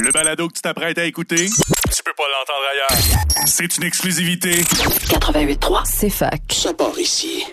Le balado que tu t'apprêtes à écouter, tu peux pas l'entendre ailleurs. C'est une exclusivité. 88.3, c'est fac. Ça part ici.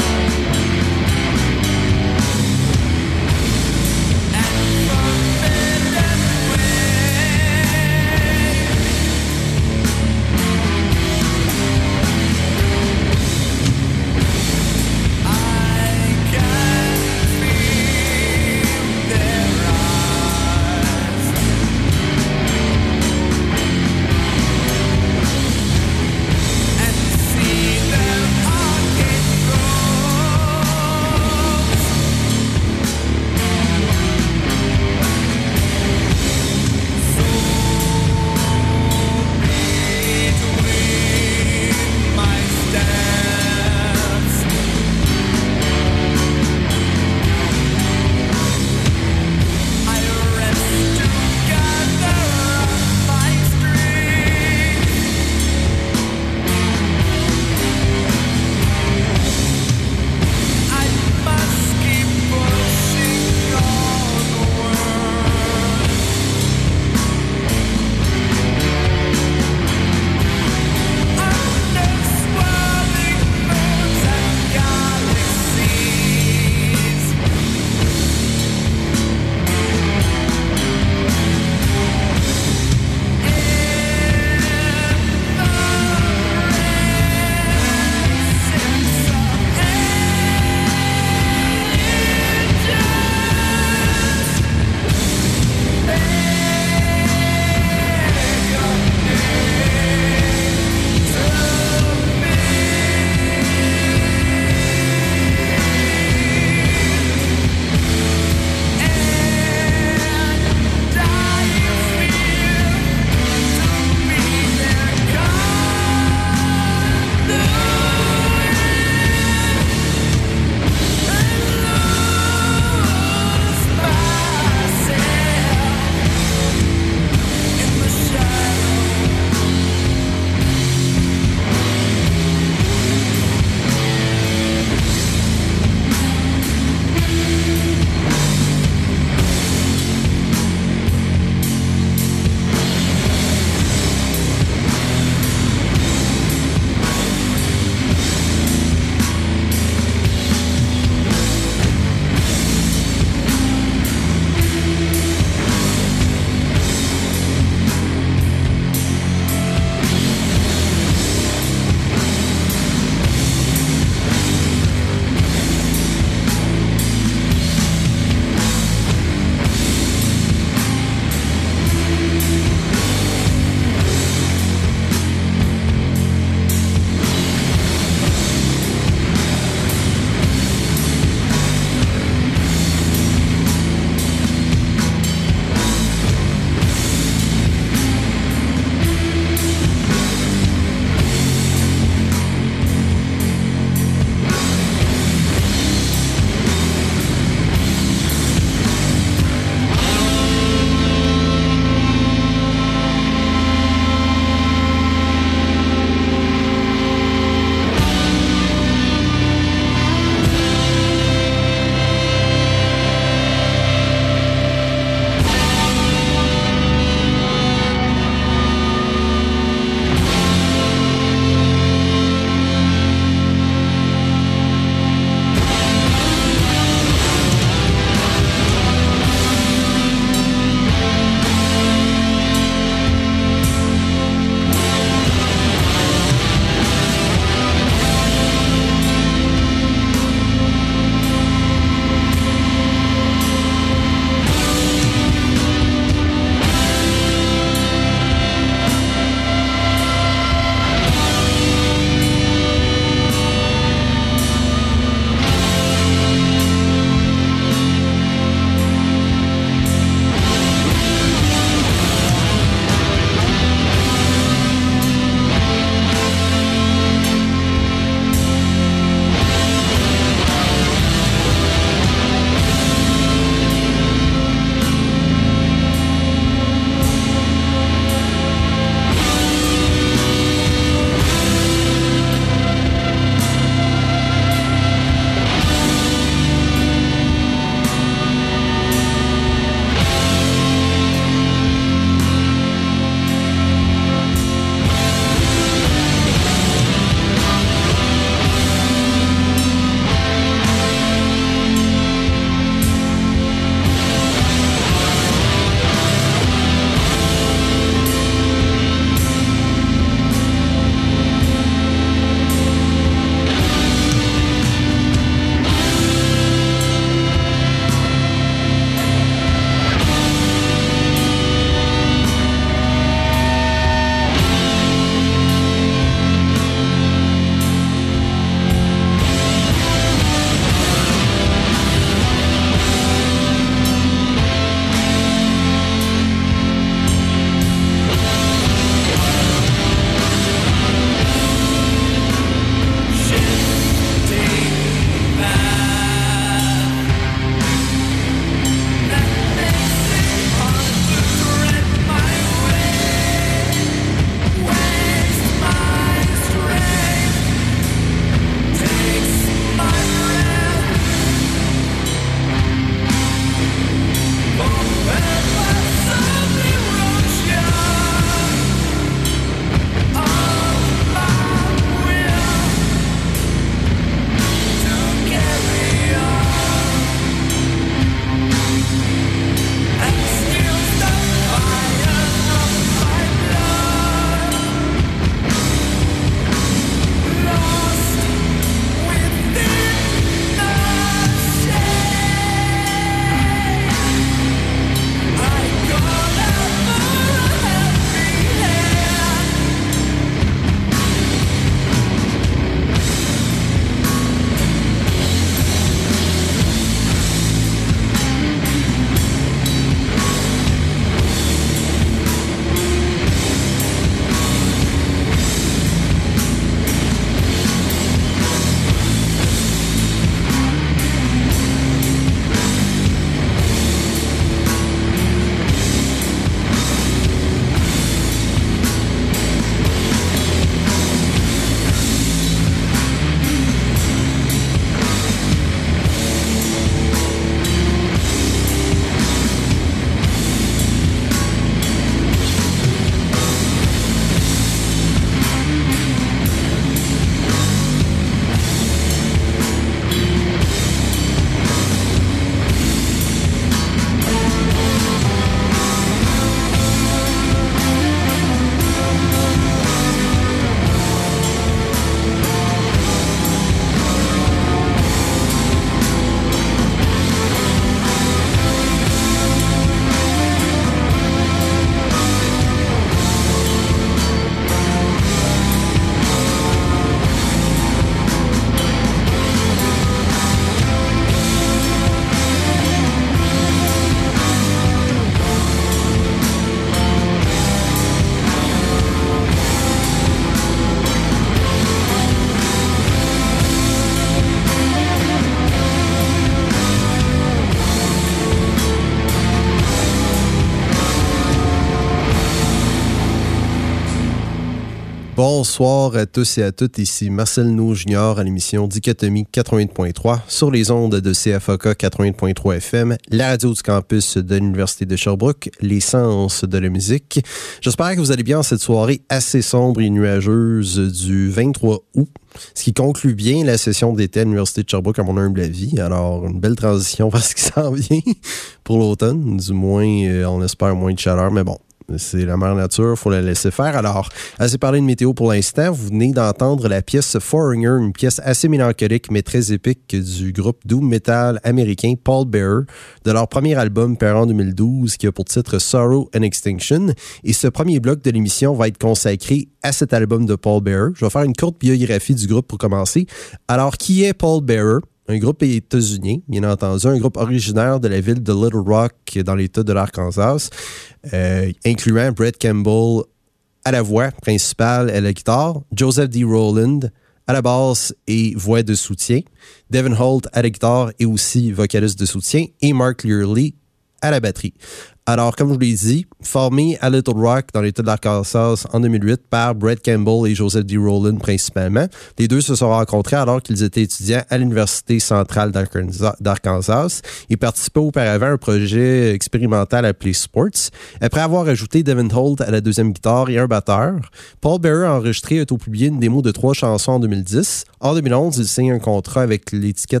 Bonsoir à tous et à toutes, ici Marcel No Junior à l'émission Dichotomie 88.3 sur les ondes de CFAK 88.3 FM, la radio du campus de l'Université de Sherbrooke, l'essence de la musique. J'espère que vous allez bien en cette soirée assez sombre et nuageuse du 23 août, ce qui conclut bien la session d'été à l'Université de Sherbrooke à mon humble avis. Alors, une belle transition vers ce qui s'en vient pour l'automne, du moins, on espère moins de chaleur, mais bon. C'est la mère nature, il faut la laisser faire. Alors, assez parlé de météo pour l'instant. Vous venez d'entendre la pièce Foreigner, une pièce assez mélancolique mais très épique du groupe doom metal américain Paul Bearer, de leur premier album paru en 2012 qui a pour titre Sorrow and Extinction. Et ce premier bloc de l'émission va être consacré à cet album de Paul Bearer. Je vais faire une courte biographie du groupe pour commencer. Alors, qui est Paul Bearer? Un groupe états-unien, bien entendu, un groupe originaire de la ville de Little Rock dans l'État de l'Arkansas, incluant Brett Campbell à la voix principale et à la guitare, Joseph D. Rowland à la basse et voix de soutien, Devin Holt à la guitare et aussi vocaliste de soutien, et Mark Learley à la batterie. Alors, comme je vous l'ai dit, formé à Little Rock dans l'État de l'Arkansas en 2008 par Brett Campbell et Joseph D. Rowland principalement. Les deux se sont rencontrés alors qu'ils étaient étudiants à l'Université centrale d'Arkansas. Ils participaient auparavant à un projet expérimental appelé Sports. Après avoir ajouté Devin Holt à la deuxième guitare et un batteur, Paul Bearer a enregistré et auto-publié une démo de 3 chansons en 2010. En 2011, il signe un contrat avec l'étiquette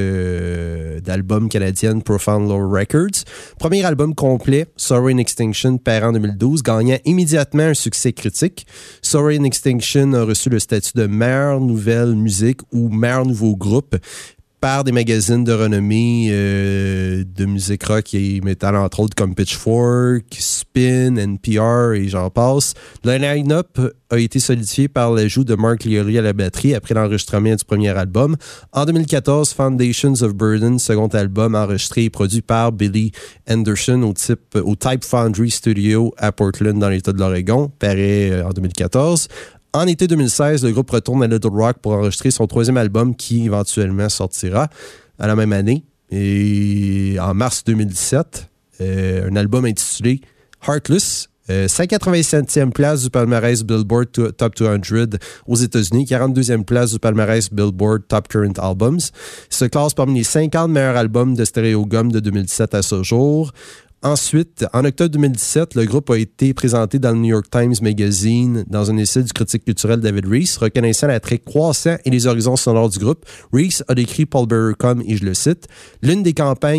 d'album canadienne Profound Lore Records. Premier album complet, Sorrow and Extinction, paru en 2012, gagnant immédiatement un succès critique. Sorrow and Extinction a reçu le statut de meilleure nouvelle musique ou meilleur nouveau groupe par des magazines de renommée de musique rock et métal, entre autres comme Pitchfork, Spin, NPR et j'en passe. Le line-up a été solidifié par l'ajout de Mark Learley à la batterie après l'enregistrement du premier album. En 2014, Foundations of Burden, second album enregistré et produit par Billy Anderson au Type Foundry Studio à Portland dans l'État de l'Oregon, paraît en 2014. En été 2016, le groupe retourne à Little Rock pour enregistrer son troisième album qui éventuellement sortira à la même année. Et en mars 2017, un album intitulé Heartless, 187e place du palmarès Billboard Top 200 aux États-Unis, 42e place du palmarès Billboard Top Current Albums. Il se classe parmi les 50 meilleurs albums de Stereogum de 2017 à ce jour. Ensuite, en octobre 2017, le groupe a été présenté dans le New York Times Magazine dans un essai du critique culturel David Rees, reconnaissant l'attrait croissant et les horizons sonores du groupe. Rees a décrit Paul Bearer comme, et je le cite, l'une des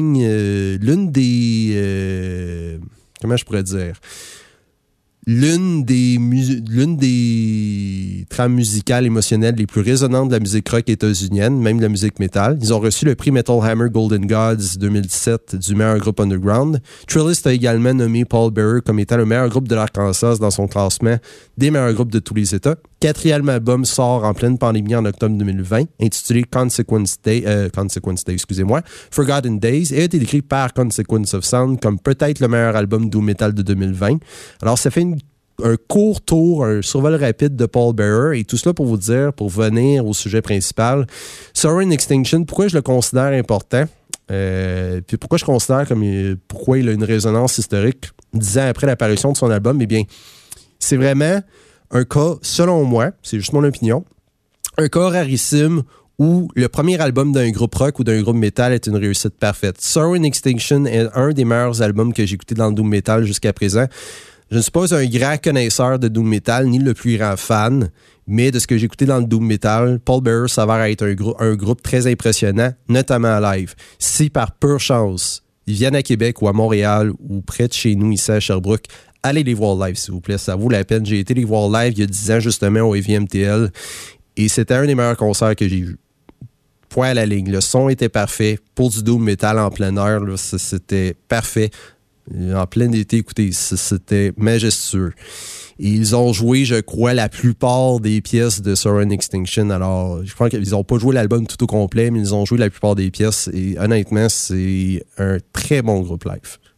trames musicales émotionnelles les plus résonantes de la musique rock états-unienne, même de la musique métal. Ils ont reçu le prix Metal Hammer Golden Gods 2017 du meilleur groupe underground. Trillist a également nommé Paul Bearer comme étant le meilleur groupe de l'Arkansas dans son classement des meilleurs groupes de tous les États. Quatrième album sort en pleine pandémie en octobre 2020, intitulé Consequence Day, Forgotten Days, et a été décrit par Consequence of Sound comme peut-être le meilleur album doom metal de 2020. Alors, ça fait un court tour, un survol rapide de Paul Bearer, et tout cela pour vous dire, pour venir au sujet principal, Sorrow and Extinction, pourquoi je le considère important, puis pourquoi je considère pourquoi il a une résonance historique 10 ans après l'apparition de son album, eh bien, c'est vraiment un cas, selon moi, c'est juste mon opinion, un cas rarissime où le premier album d'un groupe rock ou d'un groupe metal est une réussite parfaite. Sorrow and Extinction est un des meilleurs albums que j'ai écouté dans le doom metal jusqu'à présent. Je ne suis pas un grand connaisseur de doom metal, ni le plus grand fan, mais de ce que j'ai écouté dans le doom metal, Paul Bearer s'avère être un groupe très impressionnant, notamment à live. Si par pure chance, ils viennent à Québec ou à Montréal ou près de chez nous, ici à Sherbrooke, allez les voir live, s'il vous plaît. Ça vaut la peine. J'ai été les voir live il y a 10 ans, justement, au EVMTL. Et c'était un des meilleurs concerts que j'ai vus. Point à la ligne. Le son était parfait. Pour du doom metal en plein air, là, c'était parfait. En plein été, écoutez, c'était majestueux. Et ils ont joué, je crois, la plupart des pièces de Sorrow and Extinction. Alors, je crois qu'ils n'ont pas joué l'album tout au complet, mais ils ont joué la plupart des pièces. Et honnêtement, c'est un très bon groupe live.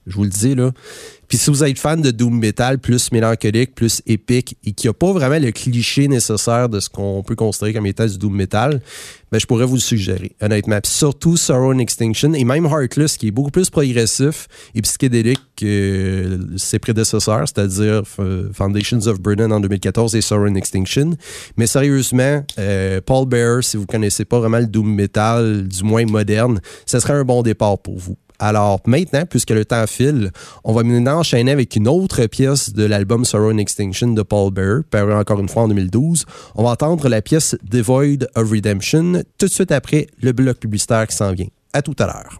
Je vous le dis, là. Puis si vous êtes fan de doom metal plus mélancolique, plus épique et qui n'a pas vraiment le cliché nécessaire de ce qu'on peut considérer comme étant du doom metal, ben je pourrais vous le suggérer, honnêtement. Puis surtout Sorrow and Extinction et même Heartless qui est beaucoup plus progressif et psychédélique que ses prédécesseurs, c'est-à-dire Foundations of Burden en 2014 et Sorrow and Extinction. Mais sérieusement, Paul Bearer, si vous connaissez pas vraiment le doom metal, du moins moderne, ça serait un bon départ pour vous. Alors maintenant, puisque le temps file, on va maintenant enchaîner avec une autre pièce de l'album Sorrow and Extinction de Paul Bearer, paru encore une fois en 2012. On va entendre la pièce Devoid of Redemption tout de suite après le bloc publicitaire qui s'en vient. À tout à l'heure.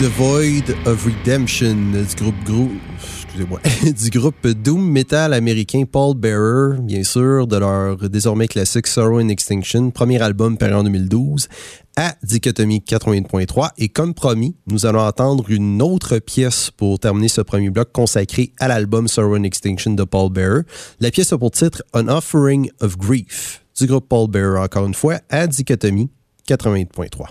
The Void of Redemption du groupe doom metal américain Paul Bearer, bien sûr, de leur désormais classique Sorrow and Extinction, premier album paru en 2012, à Dichotomie 88.3. Et comme promis, nous allons entendre une autre pièce pour terminer ce premier bloc consacré à l'album Sorrow and Extinction de Paul Bearer. La pièce a pour titre An Offering of Grief, du groupe Paul Bearer, encore une fois, à Dichotomie 88.3.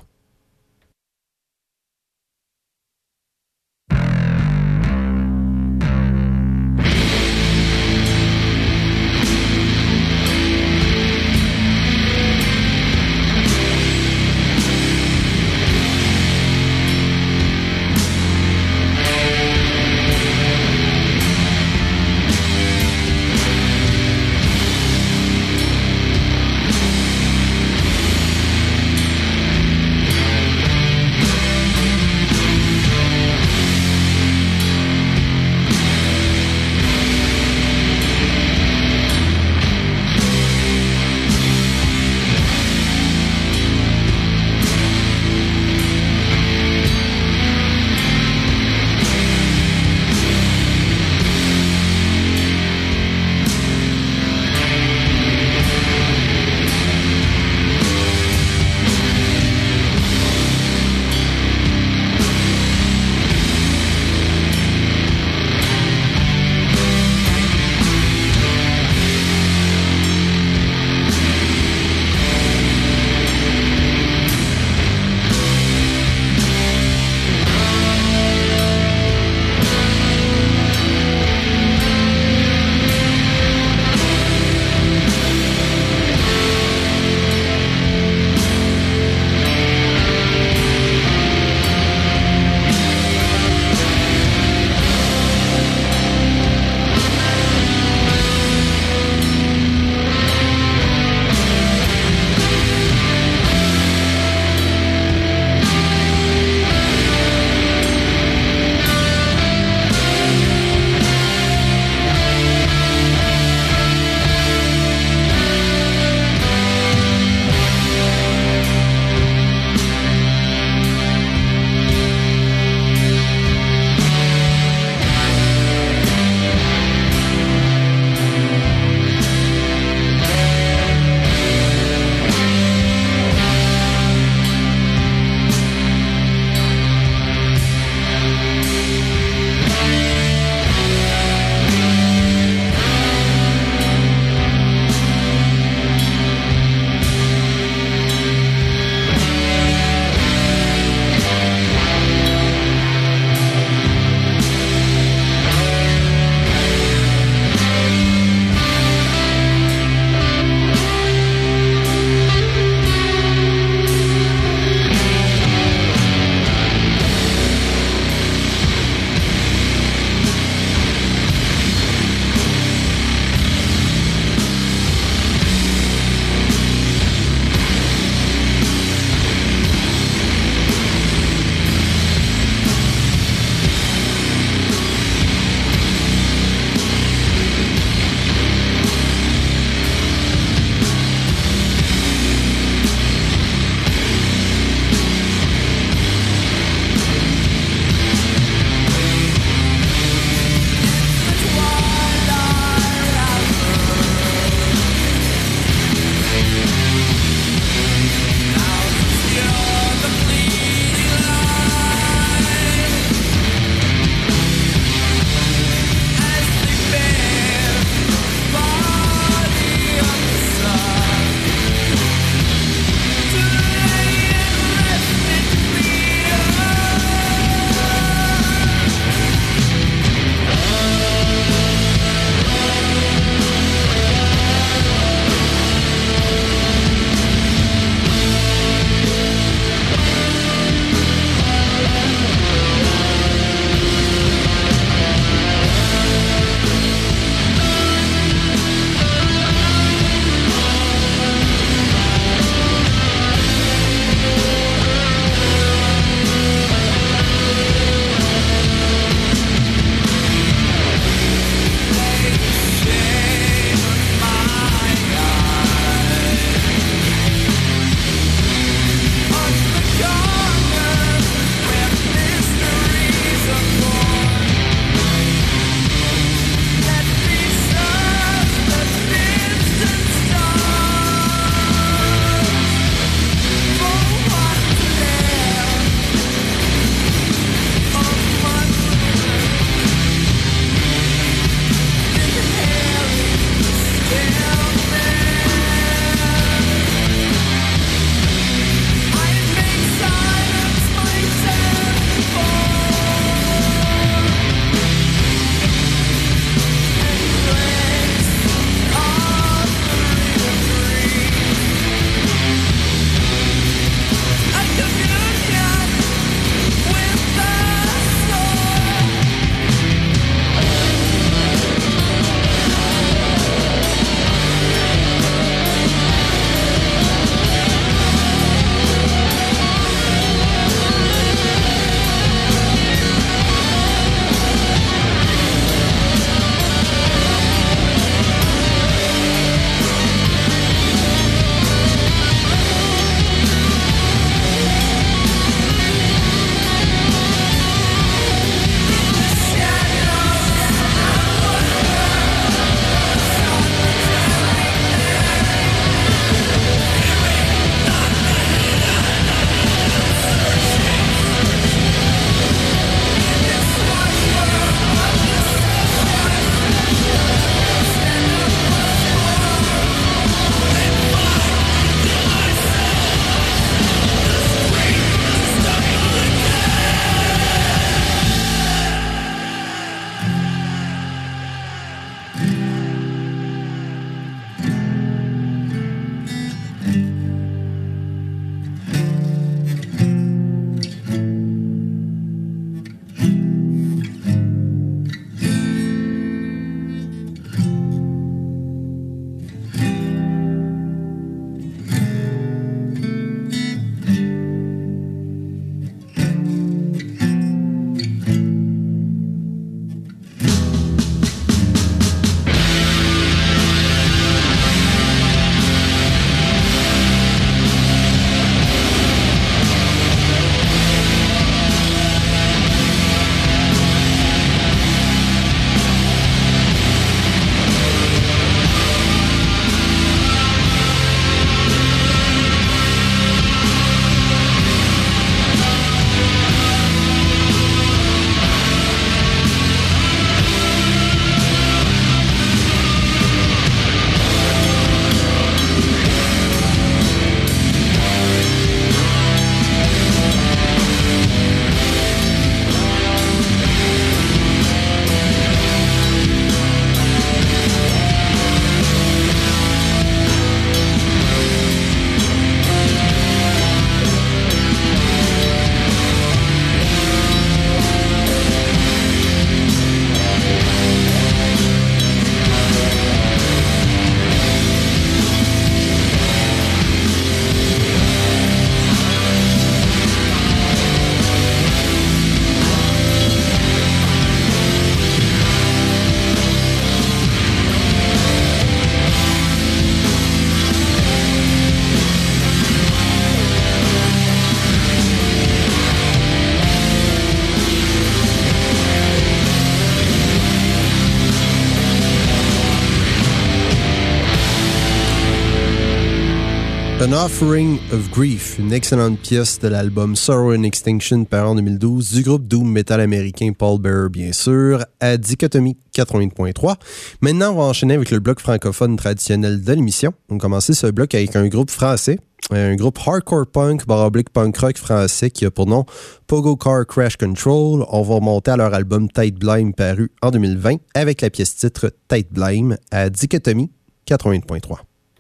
An Offering of Grief, une excellente pièce de l'album Sorrow and Extinction paru en 2012 du groupe doom metal américain Pallbearer, bien sûr, à Dichotomie 80.3. Maintenant, on va enchaîner avec le bloc francophone traditionnel de l'émission. On va commencer ce bloc avec un groupe français, un groupe hardcore punk, / punk rock français qui a pour nom Pogo Car Crash Control. On va remonter à leur album Tight Blame paru en 2020 avec la pièce titre Tight Blame à Dichotomie 80.3.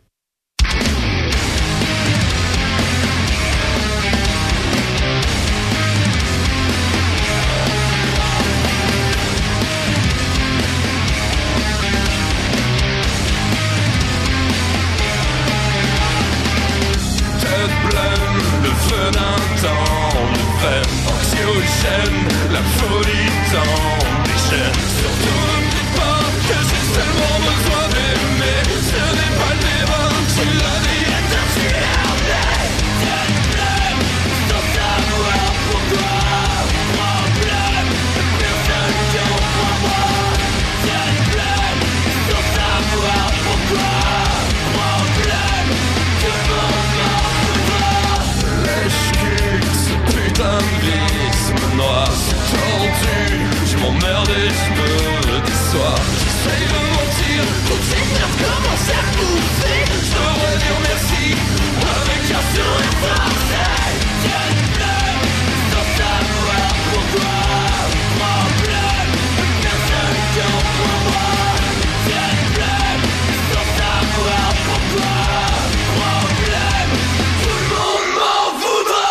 La folie dans les chaînes. Surtout n'oublie pas que j'ai seulement besoin d'aimer. Ce n'est pas le débat, c'est la vie. Tu es ardent, c'est le problème. Sans savoir pourquoi. Problème, personne qui en croit moi. C'est le problème, sans savoir pourquoi. Problème, que mon m'en voudra. Lèche-cul, ce putain de vie. Noir, c'est tordu, je m'emmerde et je me déçois. J'essaye de mentir, toutes ces merdes commencent à bouffer. Je devrais dire merci, avec un sourire forcé. J'ai le problème, sans savoir pourquoi. Problème, personne qui en croit moi. J'ai le problème, sans savoir pourquoi. Problème, tout le monde m'en voudra.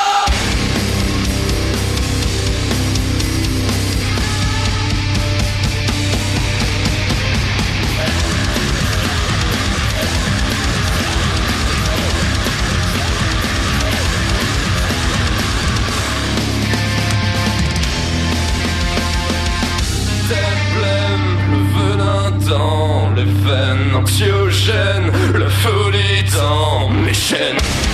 Dans les veines, anxiogènes, la folie dans mes chaînes.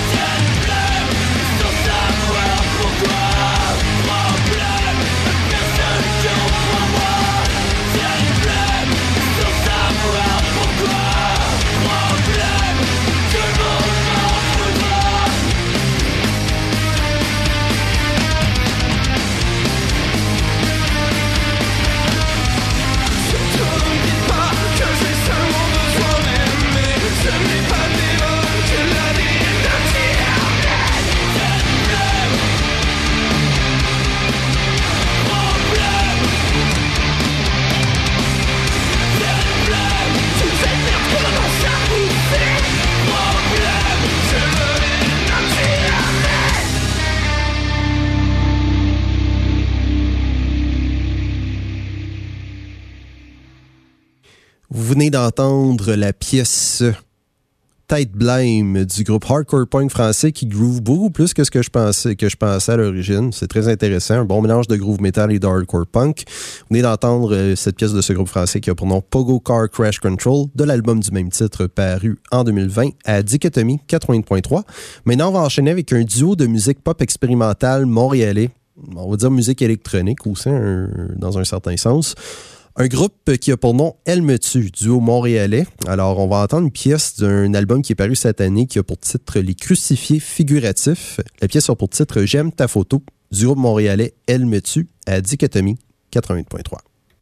Vous venez d'entendre la pièce Tight Blame du groupe hardcore punk français qui groove beaucoup plus que ce que je pensais à l'origine. C'est très intéressant, un bon mélange de groove metal et de hardcore punk. Vous venez d'entendre cette pièce de ce groupe français qui a pour nom Pogo Car Crash Control de l'album du même titre paru en 2020 à Dichotomie 80.3. Maintenant, on va enchaîner avec un duo de musique pop expérimentale montréalais. On va dire musique électronique aussi, dans un certain sens. Un groupe qui a pour nom Elle me tue, duo montréalais. Alors, on va entendre une pièce d'un album qui est paru cette année qui a pour titre Les Crucifiés figuratifs. La pièce a pour titre J'aime ta photo, du groupe montréalais Elle me tue à Dichotomie 80.3.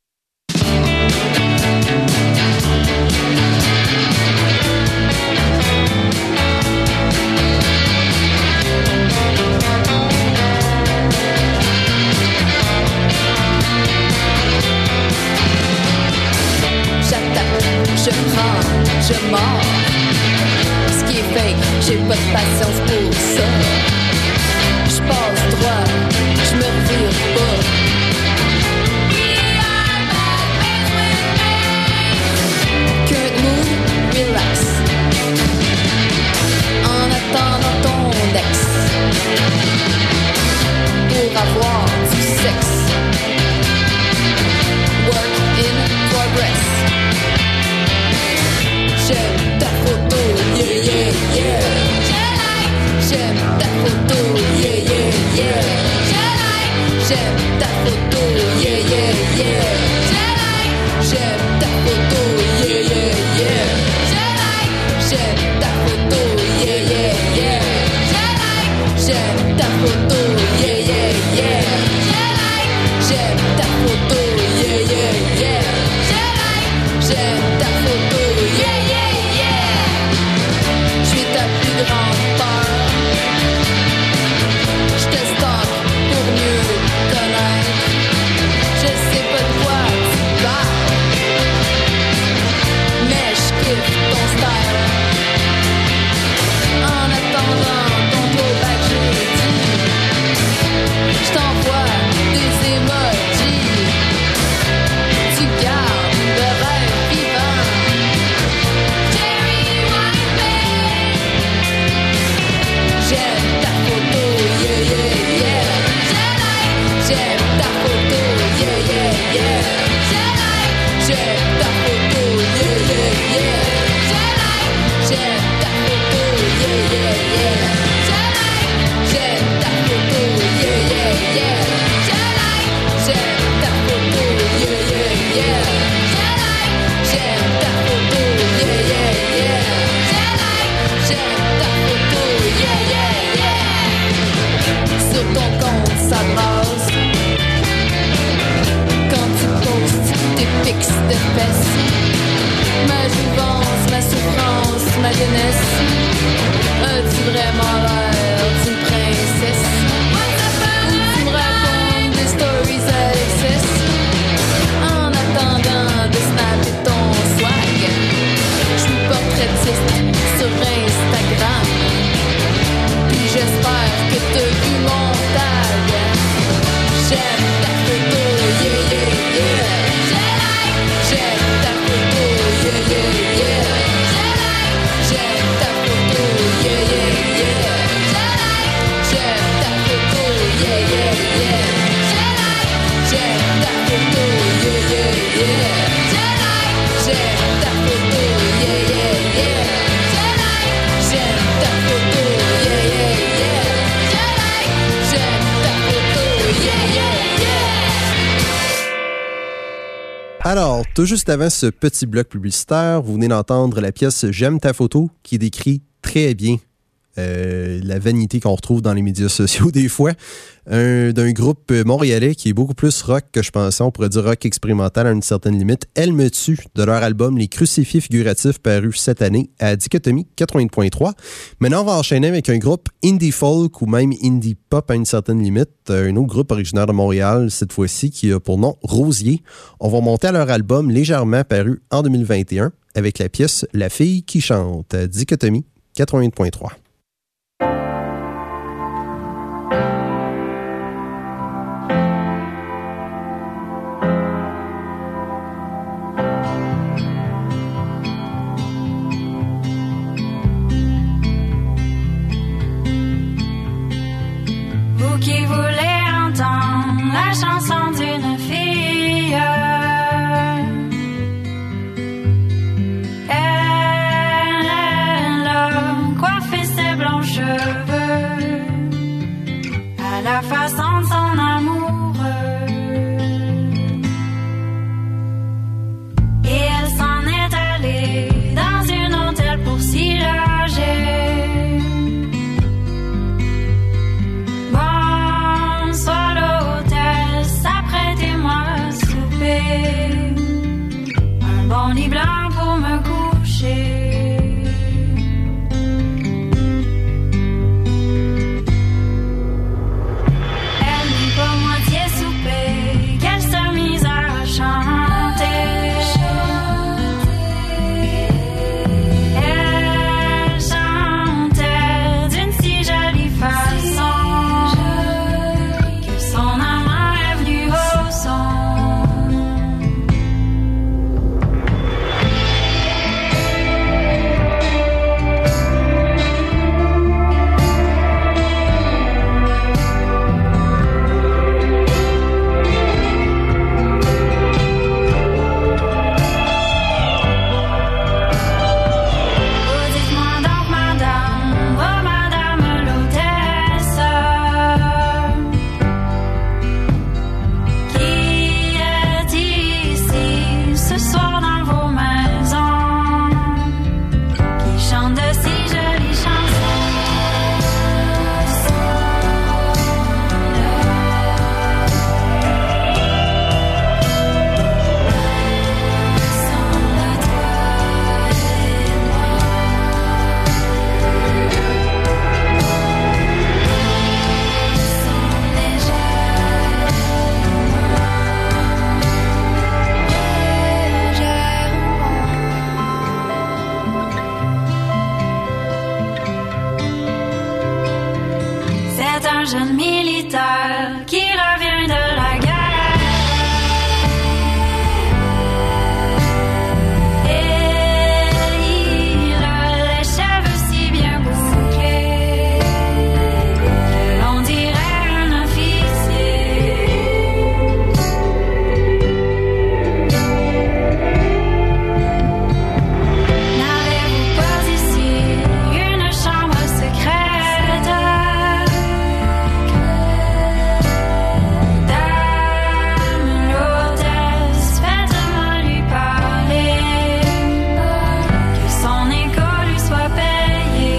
Je mords. Ce qui est fake, j'ai pas de patience pour ça. Je passe droit, je me revire pas. Current mood, relax. En attendant ton ex pour avoir du sexe. Work in progress. J'aime ta photo, yeah, yeah, yeah. J'aime ta photo, yeah, yeah, yeah. Alors, tout juste avant ce petit bloc publicitaire, vous venez d'entendre la pièce « J'aime ta photo » qui décrit très bien la vanité qu'on retrouve dans les médias sociaux des fois, d'un groupe montréalais qui est beaucoup plus rock que je pensais, on pourrait dire rock expérimental à une certaine limite. Elle me tue, de leur album Les Crucifix Figuratifs paru cette année à Dichotomie 80.3. Maintenant, on va enchaîner avec un groupe indie folk ou même indie pop à une certaine limite, un autre groupe originaire de Montréal cette fois-ci qui a pour nom Rosier. On va monter à leur album Légèrement paru en 2021 avec la pièce La fille qui chante à Dichotomie 80.3. Vous qui voulez entendre la chanson d'une fille, elle a coiffé ses blonds cheveux à la façon de son amoureux. Et elle s'en est allée dans une hôtel pour s'y loger. Bonsoir l'hôtesse, apprêtez-moi à souper, un bon lit blanc pour me coucher. Elle n'est pas moitié soupée, qu'elle s'est mise à chanter. Elle chantait d'une si jolie façon que son amant est venu au son. Oh, dites-moi donc, madame, oh, madame l'hôtesse, qui est ici ce soir dans vos maisons, qui chante de si jolies chansons. C'est un jeune militaire qui revient de la guerre. Et il a les cheveux si bien bouclés que l'on dirait un officier. N'avez-vous pas ici une chambre secrète? Dame l'hôtesse, faites-moi lui parler, que son écho lui soit payé.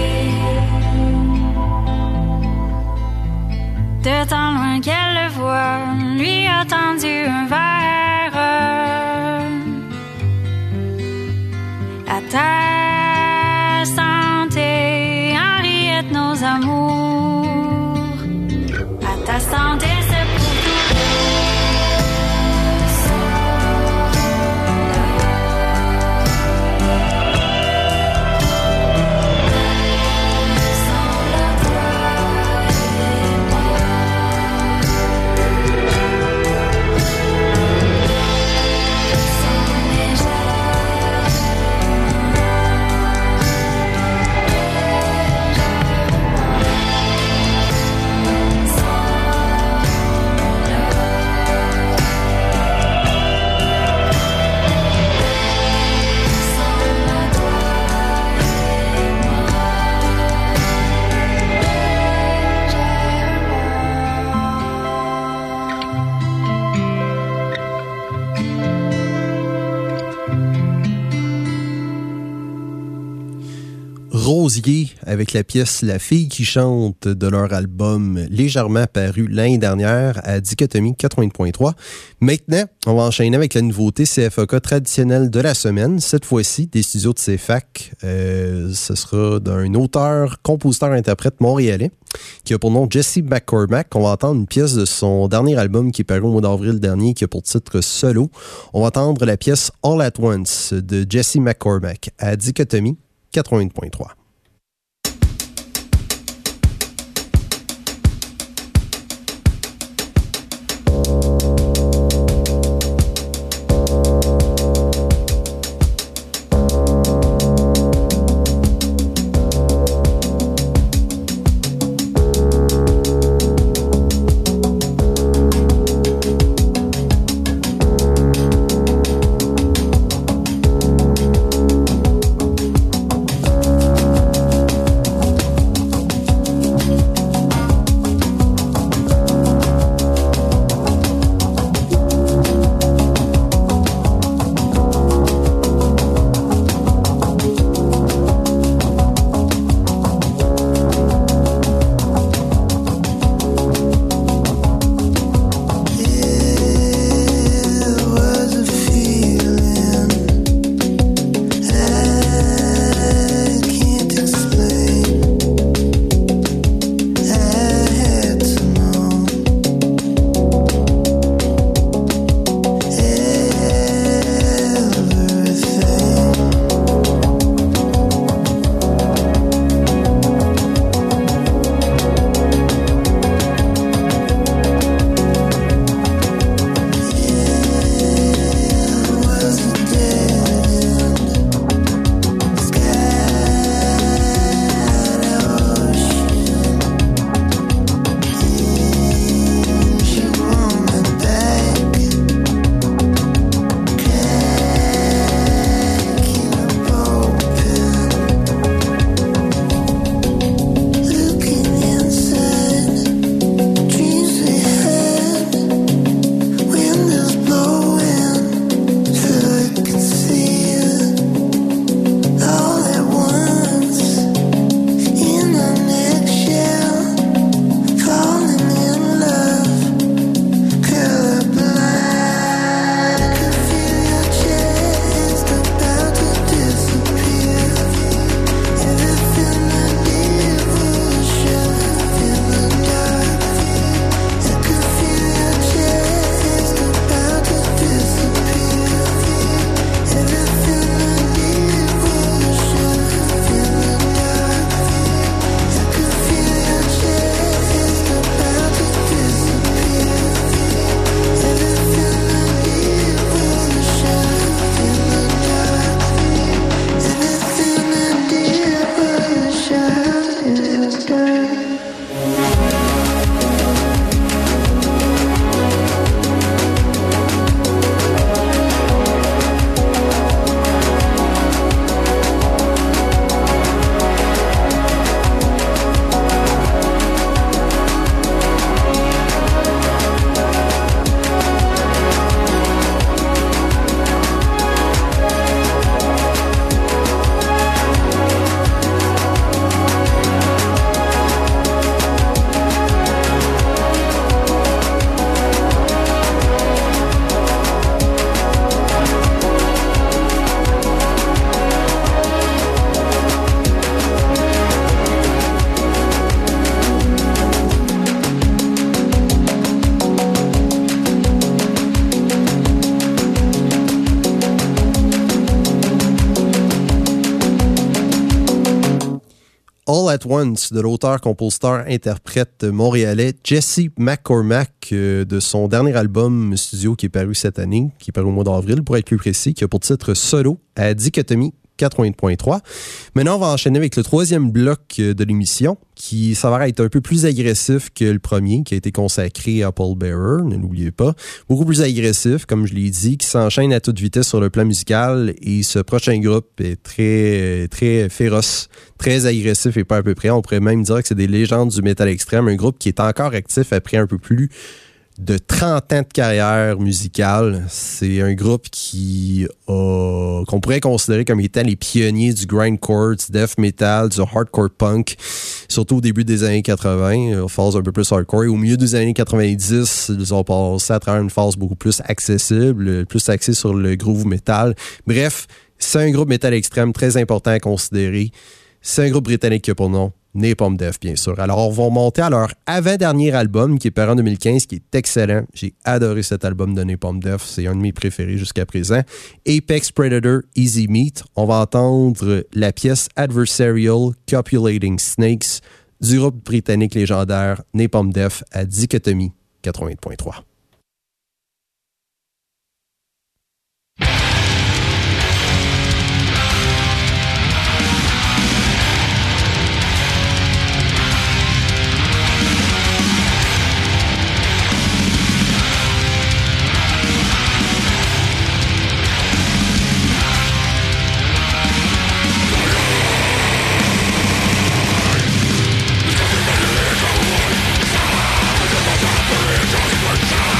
De tant loin qu'elle le voit, lui a tendu un verre. À ta santé, Henriette, nos amours. À ta santé, c'est pour tout. Rosier avec la pièce La fille qui chante de leur album légèrement paru l'année dernière à Dichotomie 80.3. Maintenant, on va enchaîner avec la nouveauté CFOK traditionnelle de la semaine. Cette fois-ci, des studios de CFAC. Ce sera d'un auteur, compositeur, interprète montréalais qui a pour nom Jesse McCormack. On va entendre une pièce de son dernier album qui est paru au mois d'avril dernier, qui a pour titre Solo. On va entendre la pièce All at Once de Jesse McCormack à Dichotomie 80.3. All at Once de l'auteur, compositeur, interprète montréalais Jesse McCormack de son dernier album studio qui est paru cette année, qui est paru au mois d'avril pour être plus précis, qui a pour titre Solo à Dichotomie 80.3. Maintenant, on va enchaîner avec le troisième bloc de l'émission qui s'avère être un peu plus agressif que le premier qui a été consacré à Paul Bearer, ne l'oubliez pas. Beaucoup plus agressif, comme je l'ai dit, qui s'enchaîne à toute vitesse sur le plan musical et ce prochain groupe est très, très féroce, très agressif et pas à peu près. On pourrait même dire que c'est des légendes du métal extrême, un groupe qui est encore actif après un peu plus de 30 ans de carrière musicale. C'est un groupe qu'on pourrait considérer comme étant les pionniers du grindcore, du death metal, du hardcore punk, surtout au début des années 80, phase un peu plus hardcore. Et au milieu des années 90, ils ont passé à travers une phase beaucoup plus accessible, plus axée sur le groove metal. Bref, c'est un groupe metal extrême très important à considérer. C'est un groupe britannique qui a pour nom Napalm Death, bien sûr. Alors, on va monter à leur avant-dernier album, qui est paru en 2015, qui est excellent. J'ai adoré cet album de Napalm Death. C'est un de mes préférés jusqu'à présent. Apex Predator, Easy Meat. On va entendre la pièce Adversarial Copulating Snakes du groupe britannique légendaire Napalm Death à Dichotomie 80.3. We're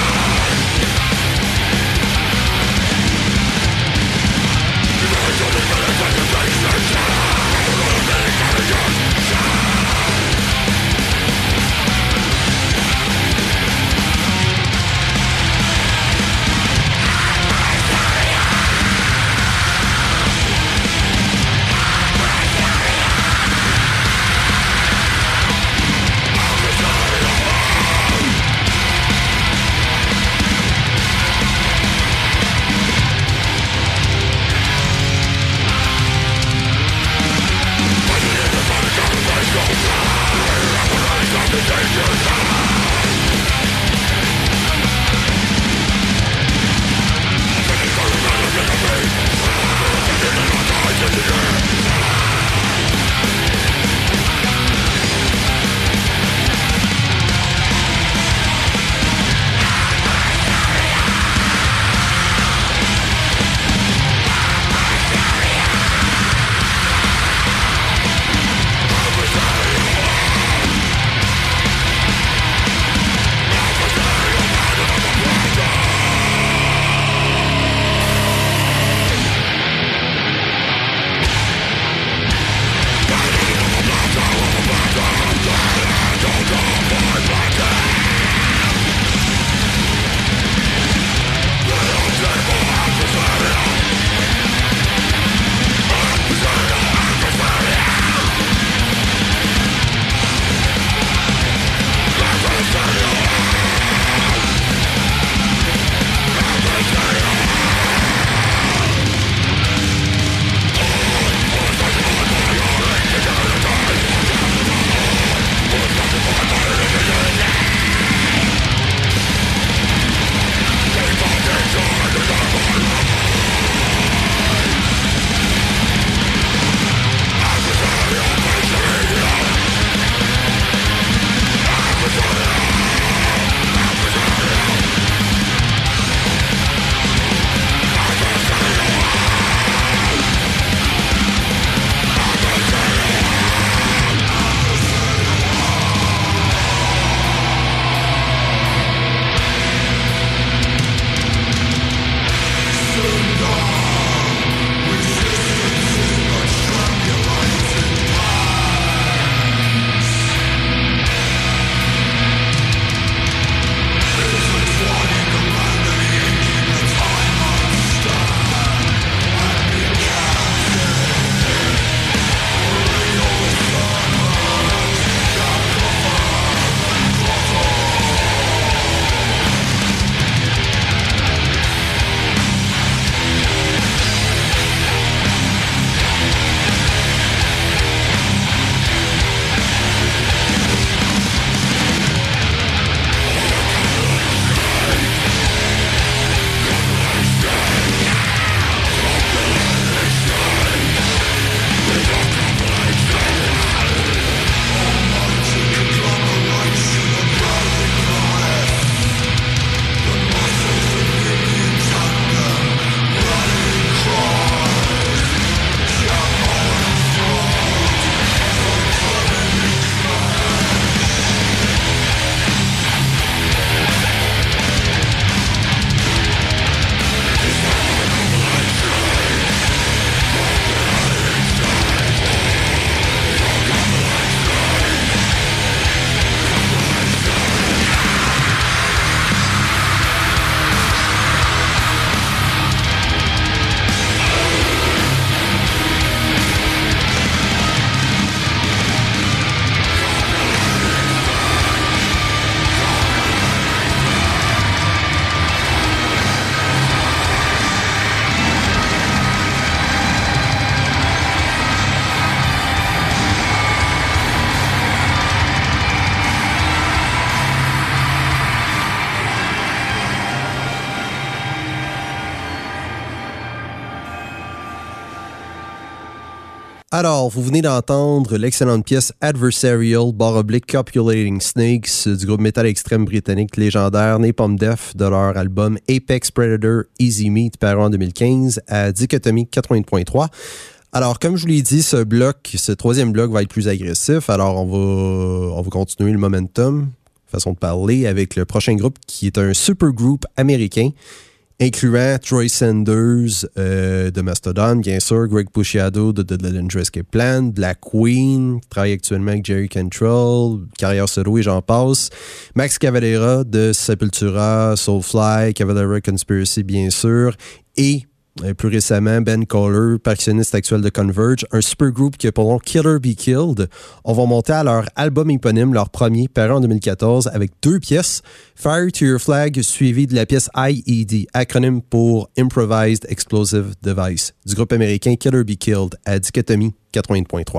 Alors, vous venez d'entendre l'excellente pièce Adversarial / Copulating Snakes du groupe métal extrême britannique légendaire Napalm Death de leur album Apex Predator Easy Meat paru en 2015 à Dichotomie 80.3. Alors, comme je vous l'ai dit, ce troisième bloc va être plus agressif. Alors, on va continuer le momentum, façon de parler, avec le prochain groupe qui est un supergroupe américain incluant Troy Sanders de Mastodon, bien sûr, Greg Puciato de The Dillinger Escape Plan, Black Queen, qui travaille actuellement avec Jerry Cantrell, carrière solo et j'en passe, Max Cavalera de Sepultura, Soulfly, Cavalera Conspiracy, bien sûr, et plus récemment, Ben Kohler, percussionniste actuel de Converge, un supergroupe qui a pour nom Killer Be Killed. On va monter à leur album éponyme, leur premier, paru en 2014, avec 2 pièces. Fire to Your Flag, suivi de la pièce IED, acronyme pour Improvised Explosive Device, du groupe américain Killer Be Killed, à Dichotomie 80.3.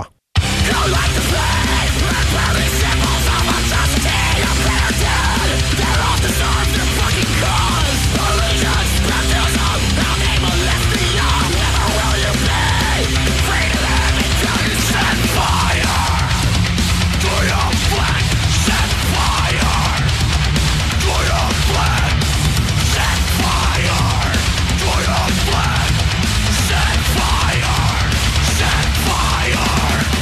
Fire!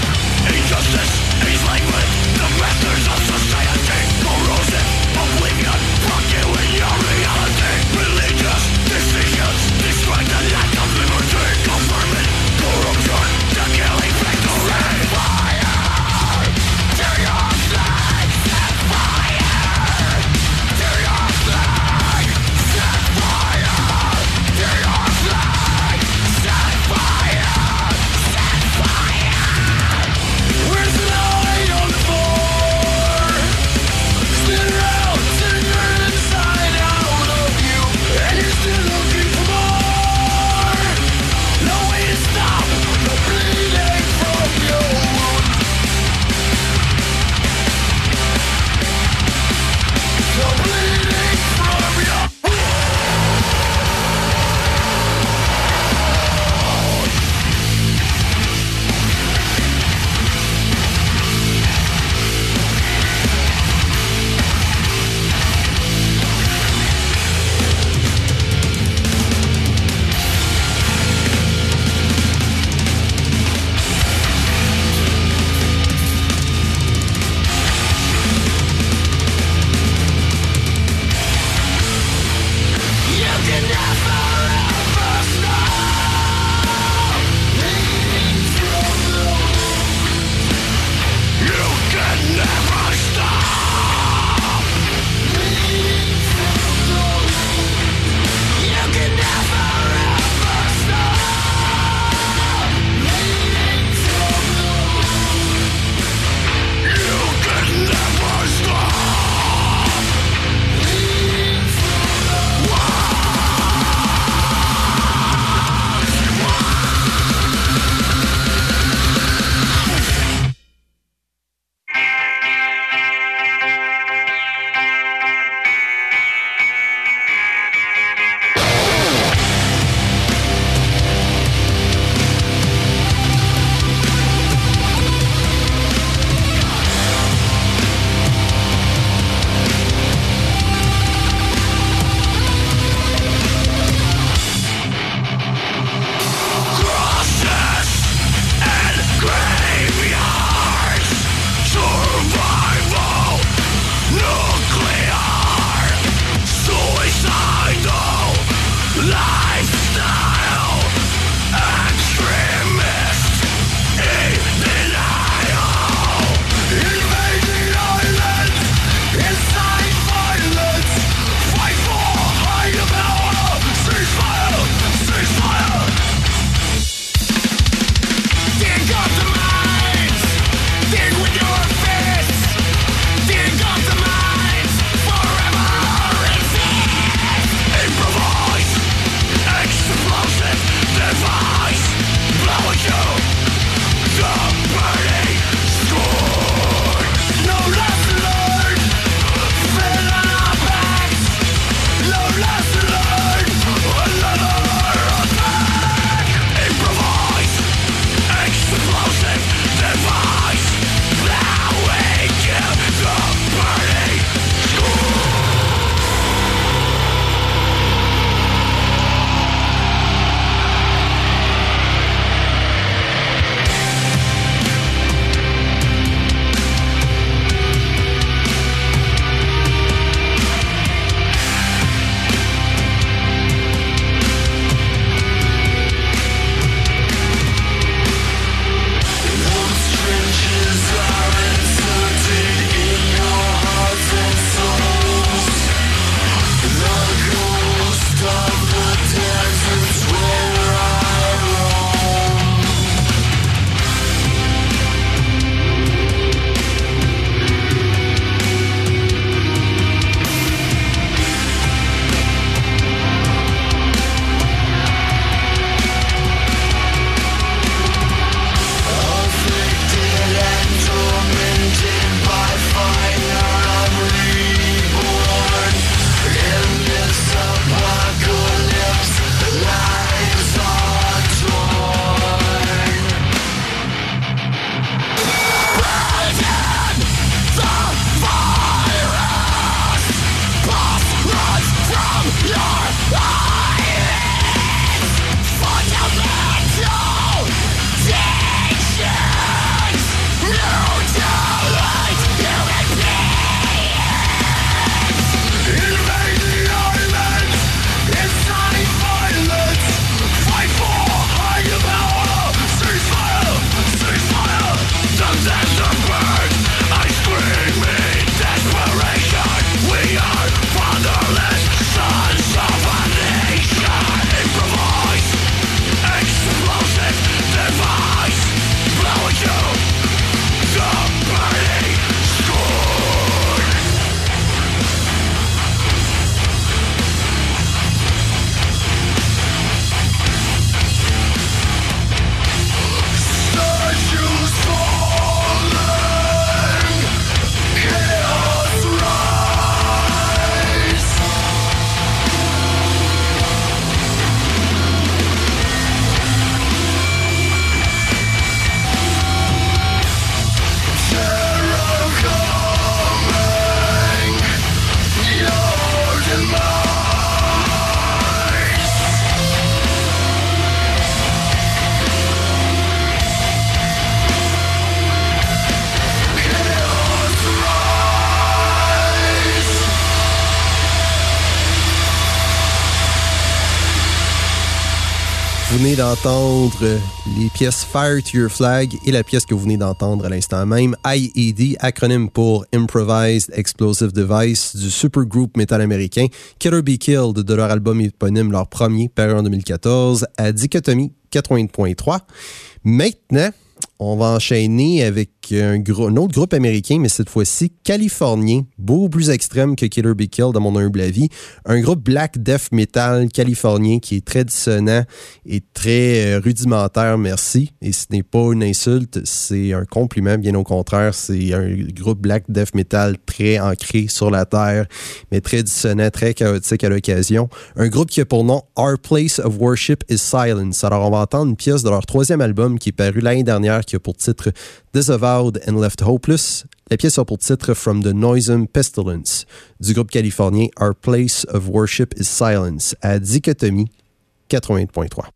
venez d'entendre les pièces Fire to Your Flag et la pièce que vous venez d'entendre à l'instant même, IED, acronyme pour Improvised Explosive Device du supergroupe métal américain Killer Be Killed de leur album éponyme, leur premier, paru en 2014, à Dichotomie 80.3. Maintenant, on va enchaîner avec un autre groupe américain, mais cette fois-ci californien, beaucoup plus extrême que Killer Be Killed, dans mon humble avis. Un groupe black death metal californien qui est très dissonant et très rudimentaire, merci. Et ce n'est pas une insulte, c'est un compliment, bien au contraire. C'est un groupe black death metal très ancré sur la terre, mais très dissonant, très chaotique à l'occasion. Un groupe qui a pour nom Our Place of Worship is Silence. Alors, on va entendre une pièce de leur troisième album qui est paru l'année dernière, qui a pour titre Disavowed and Left Hopeless. La pièce a pour titre From the Noisome Pestilence du groupe californien Our Place of Worship is Silence à Dichotomie 80.3.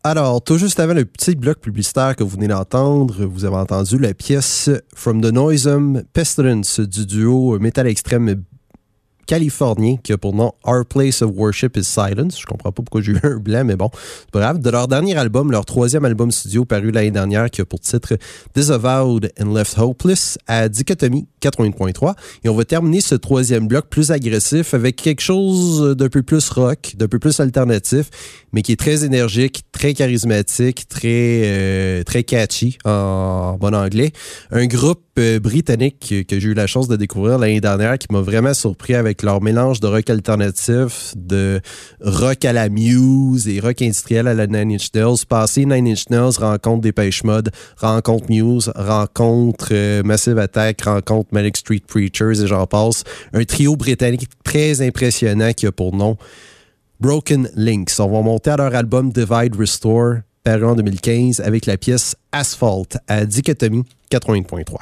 Alors, tout juste avant le petit bloc publicitaire que vous venez d'entendre, vous avez entendu la pièce From the Noisome Pestilence du duo Metal Extrême californien qui a pour nom Our Place of Worship is Silence. Je comprends pas pourquoi j'ai eu un blanc, mais bon, c'est pas grave. De leur dernier album, leur troisième album studio paru l'année dernière qui a pour titre Disavowed and Left Hopeless à Dichotomie 80.3. Et on va terminer ce troisième bloc plus agressif avec quelque chose d'un peu plus rock, d'un peu plus alternatif, mais qui est très énergique, très charismatique, très catchy en bon anglais. Un groupe britannique que j'ai eu la chance de découvrir l'année dernière qui m'a vraiment surpris avec leur mélange de rock alternatif, de rock à la Muse et rock industriel à la Nine Inch Nails. Passé Nine Inch Nails, rencontre Depeche Mode, rencontre Muse, rencontre Massive Attack, rencontre Manic Street Preachers et j'en passe. Un trio britannique très impressionnant qui a pour nom Broken Links. On va monter à leur album Divide Restore, paru en 2015, avec la pièce Asphalt à Dichotomie 80.3.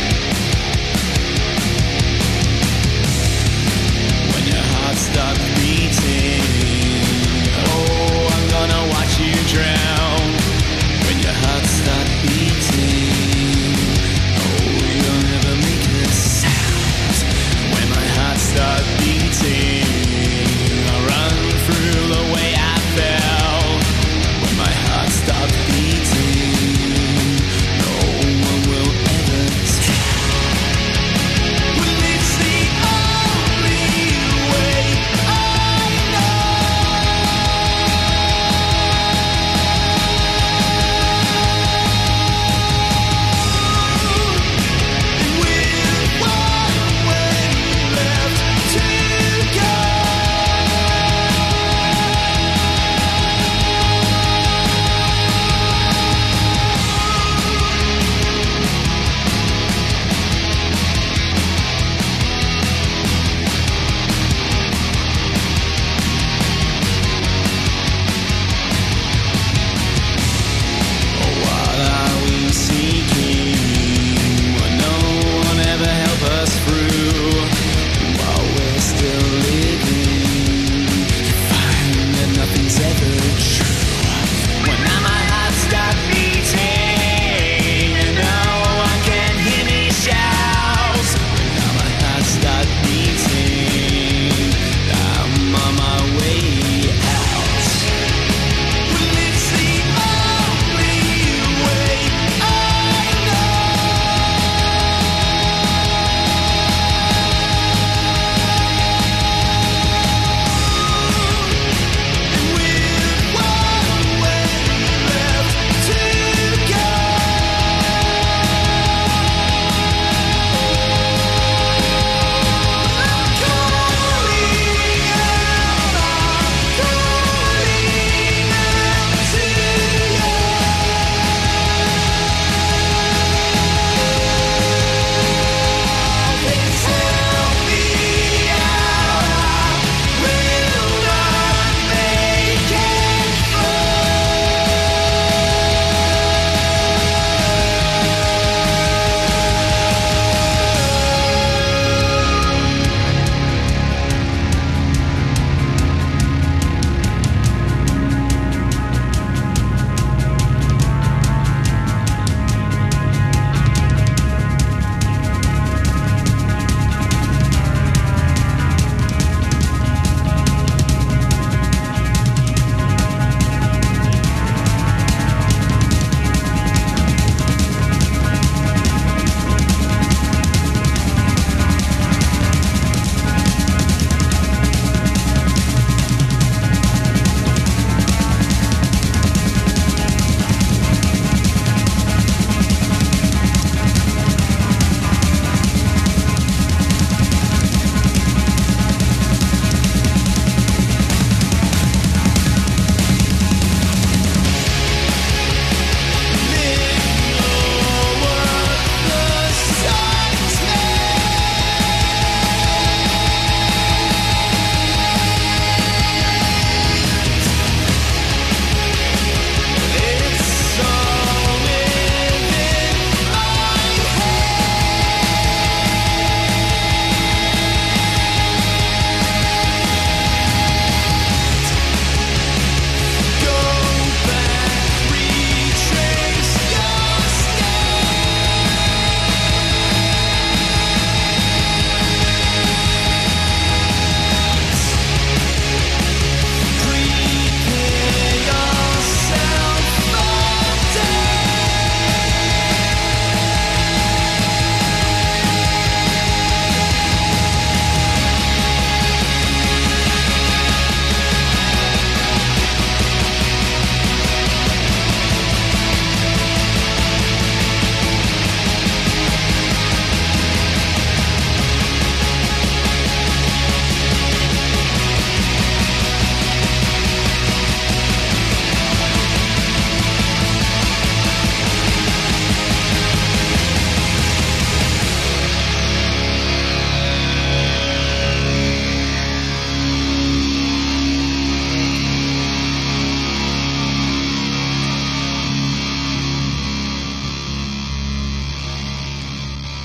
When your heart stops beating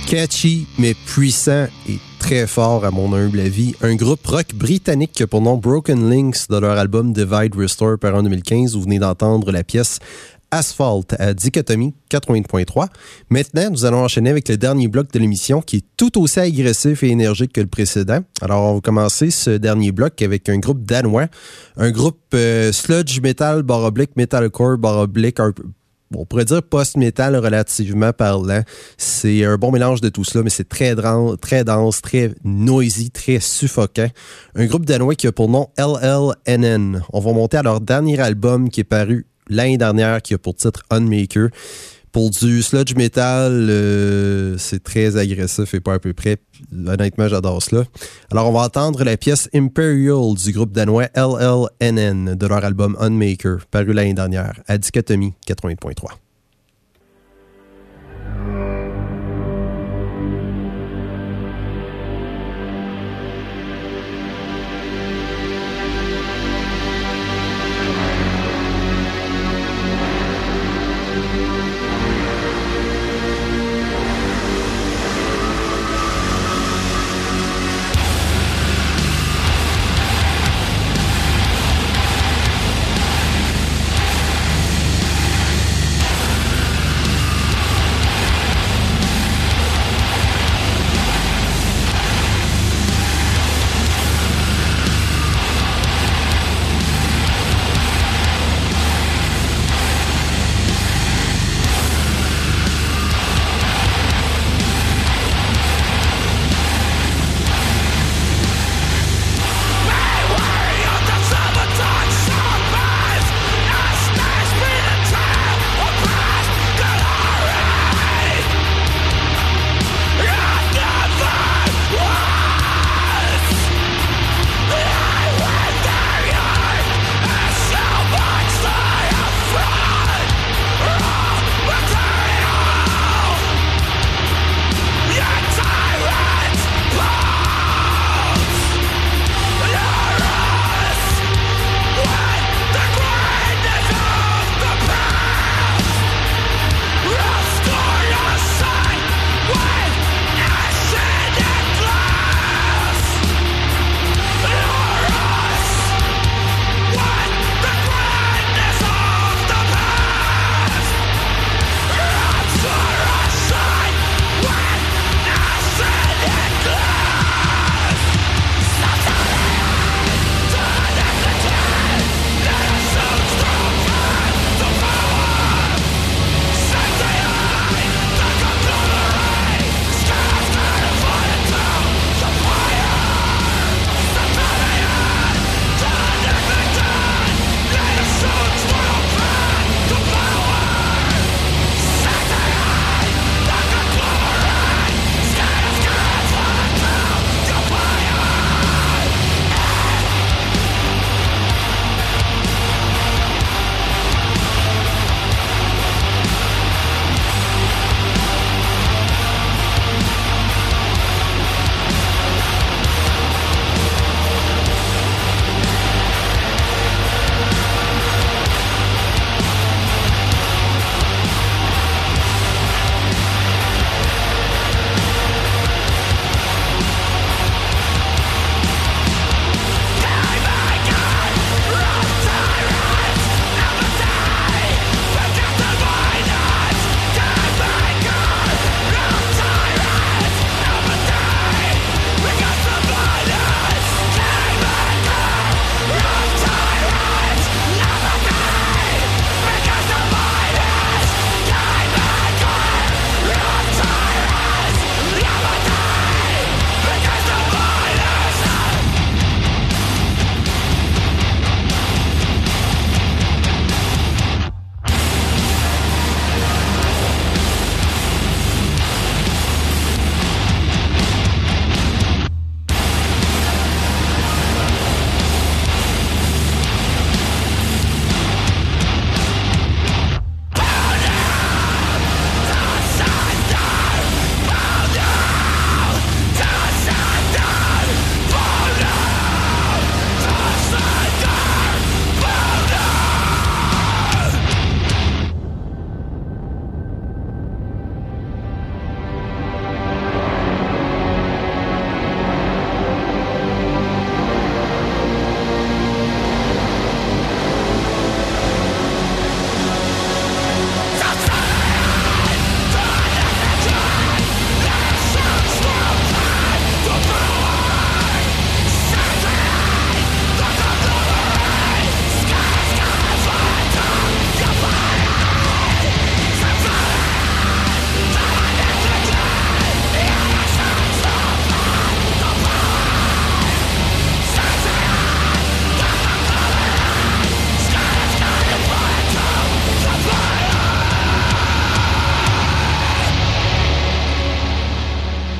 Catchy, mais puissant et très fort à mon humble avis. Un groupe rock britannique qui a pour nom Broken Links de leur album Divide Restore paru en 2015. Vous venez d'entendre la pièce Asphalt à Dichotomie 80.3. Maintenant, nous allons enchaîner avec le dernier bloc de l'émission qui est tout aussi agressif et énergique que le précédent. Alors, on va commencer ce dernier bloc avec un groupe danois, un groupe sludge metal, / metalcore, / on pourrait dire post-metal relativement parlant. C'est un bon mélange de tout cela, mais c'est très dense, très noisy, très suffocant. Un groupe danois qui a pour nom LLNN. On va monter à leur dernier album qui est paru l'année dernière, qui a pour titre Unmaker. Pour du sludge metal, c'est très agressif et pas à peu près. Honnêtement, j'adore cela. Alors, on va entendre la pièce Imperial du groupe danois LLNN de leur album Unmaker, paru l'année dernière, à Dichotomie 80.3.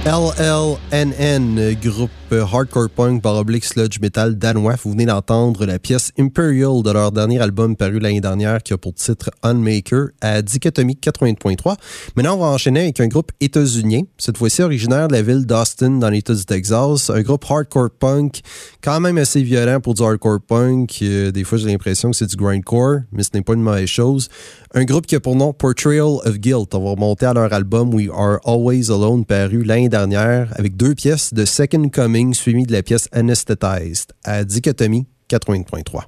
LLNN, groupe hardcore punk / sludge metal danois. Vous venez d'entendre la pièce Imperial de leur dernier album paru l'année dernière qui a pour titre Unmaker à Dichotomie 80.3. Maintenant, on va enchaîner avec un groupe états-unien, cette fois-ci originaire de la ville d'Austin dans l'État du Texas. Un groupe hardcore punk quand même assez violent pour du hardcore punk. Des fois, j'ai l'impression que c'est du grindcore, mais ce n'est pas une mauvaise chose. Un groupe qui a pour nom Portrayal of Guilt. On va remonter à leur album We Are Always Alone paru l'année dernière avec 2 pièces de Second Coming suivies de la pièce Anesthetized à Dichotomie 80.3.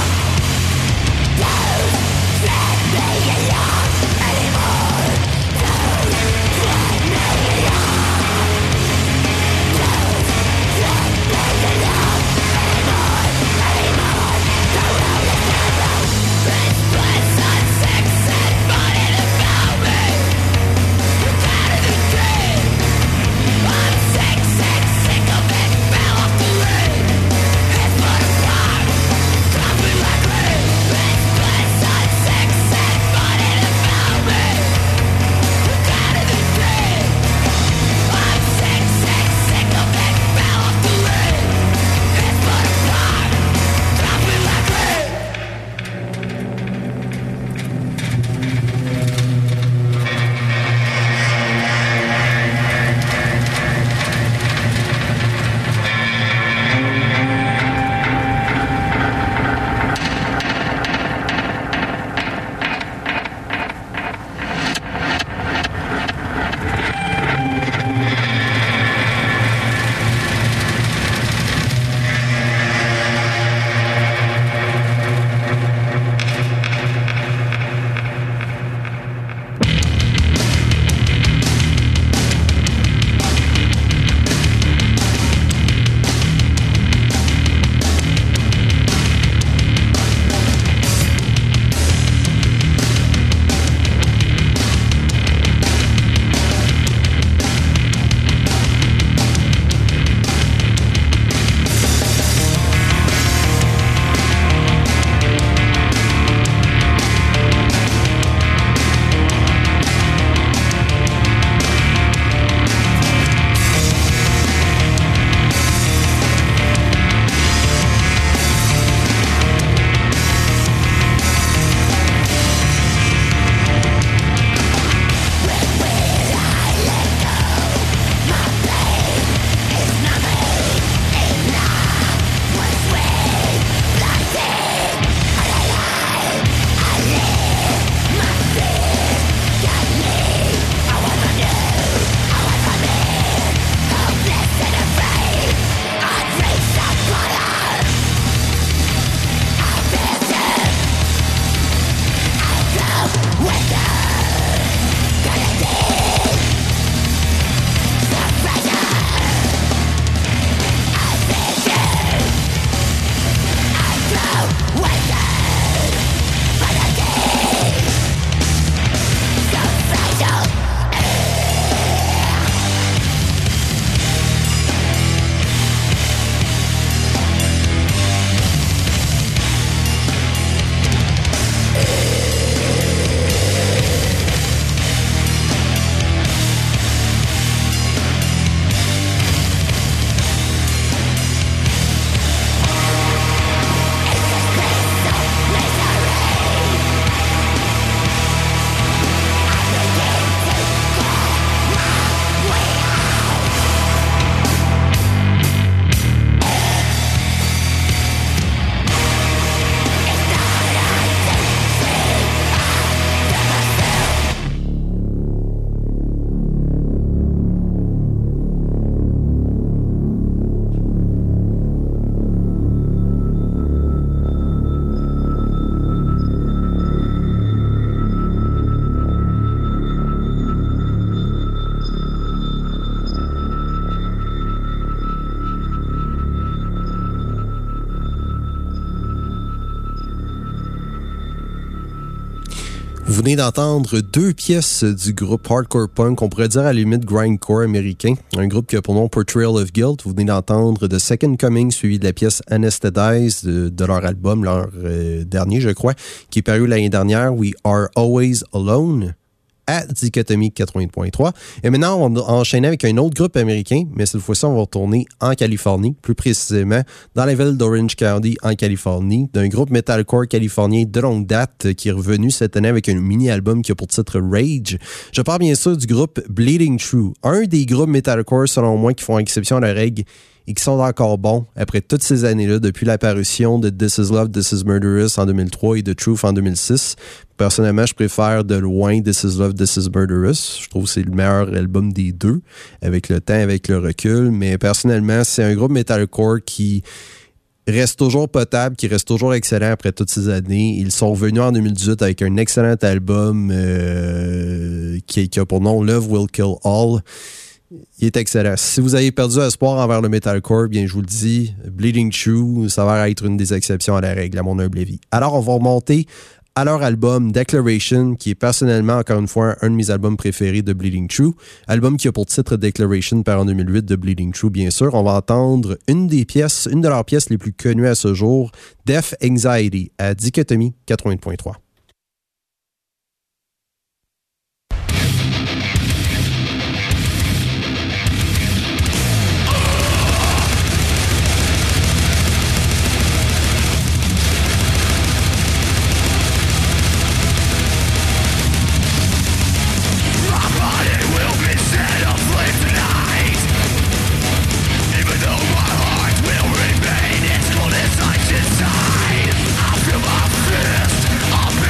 Yeah. Vous venez d'entendre deux pièces du groupe hardcore punk, on pourrait dire à la limite grindcore américain, un groupe qui a pour nom Portrayal of Guilt. Vous venez d'entendre The Second Coming, suivi de la pièce Anesthetize de leur album, leur dernier je crois, qui est paru l'année dernière, We Are Always Alone, à Dichotomie 80.3. Et maintenant, on va enchaîner avec un autre groupe américain, mais cette fois-ci, on va retourner en Californie, plus précisément dans la ville d'Orange County, en Californie, d'un groupe metalcore californien de longue date qui est revenu cette année avec un mini-album qui a pour titre Rage. Je parle bien sûr du groupe Bleeding True, un des groupes metalcore, selon moi, qui font exception à la règle et qui sont encore bons après toutes ces années-là, depuis l'apparition de This Is Love, This Is Murderous en 2003 et de Truth en 2006. Personnellement, je préfère de loin This Is Love, This Is Murderous. Je trouve que c'est le meilleur album des deux, avec le temps, avec le recul. Mais personnellement, c'est un groupe metalcore qui reste toujours potable, qui reste toujours excellent après toutes ces années. Ils sont revenus en 2018 avec un excellent album qui a pour nom Love Will Kill All. Il est excellent. Si vous avez perdu espoir envers le metalcore, bien je vous le dis, Bleeding True, ça va être une des exceptions à la règle, à mon humble avis. Alors, on va remonter à leur album Declaration, qui est personnellement, encore une fois, un de mes albums préférés de Bleeding True. Album qui a pour titre Declaration, paru en 2008 de Bleeding True, bien sûr. On va entendre une de leurs pièces les plus connues à ce jour, Death Anxiety, à Dichotomie 80.3. Inside, I feel my fist. I'm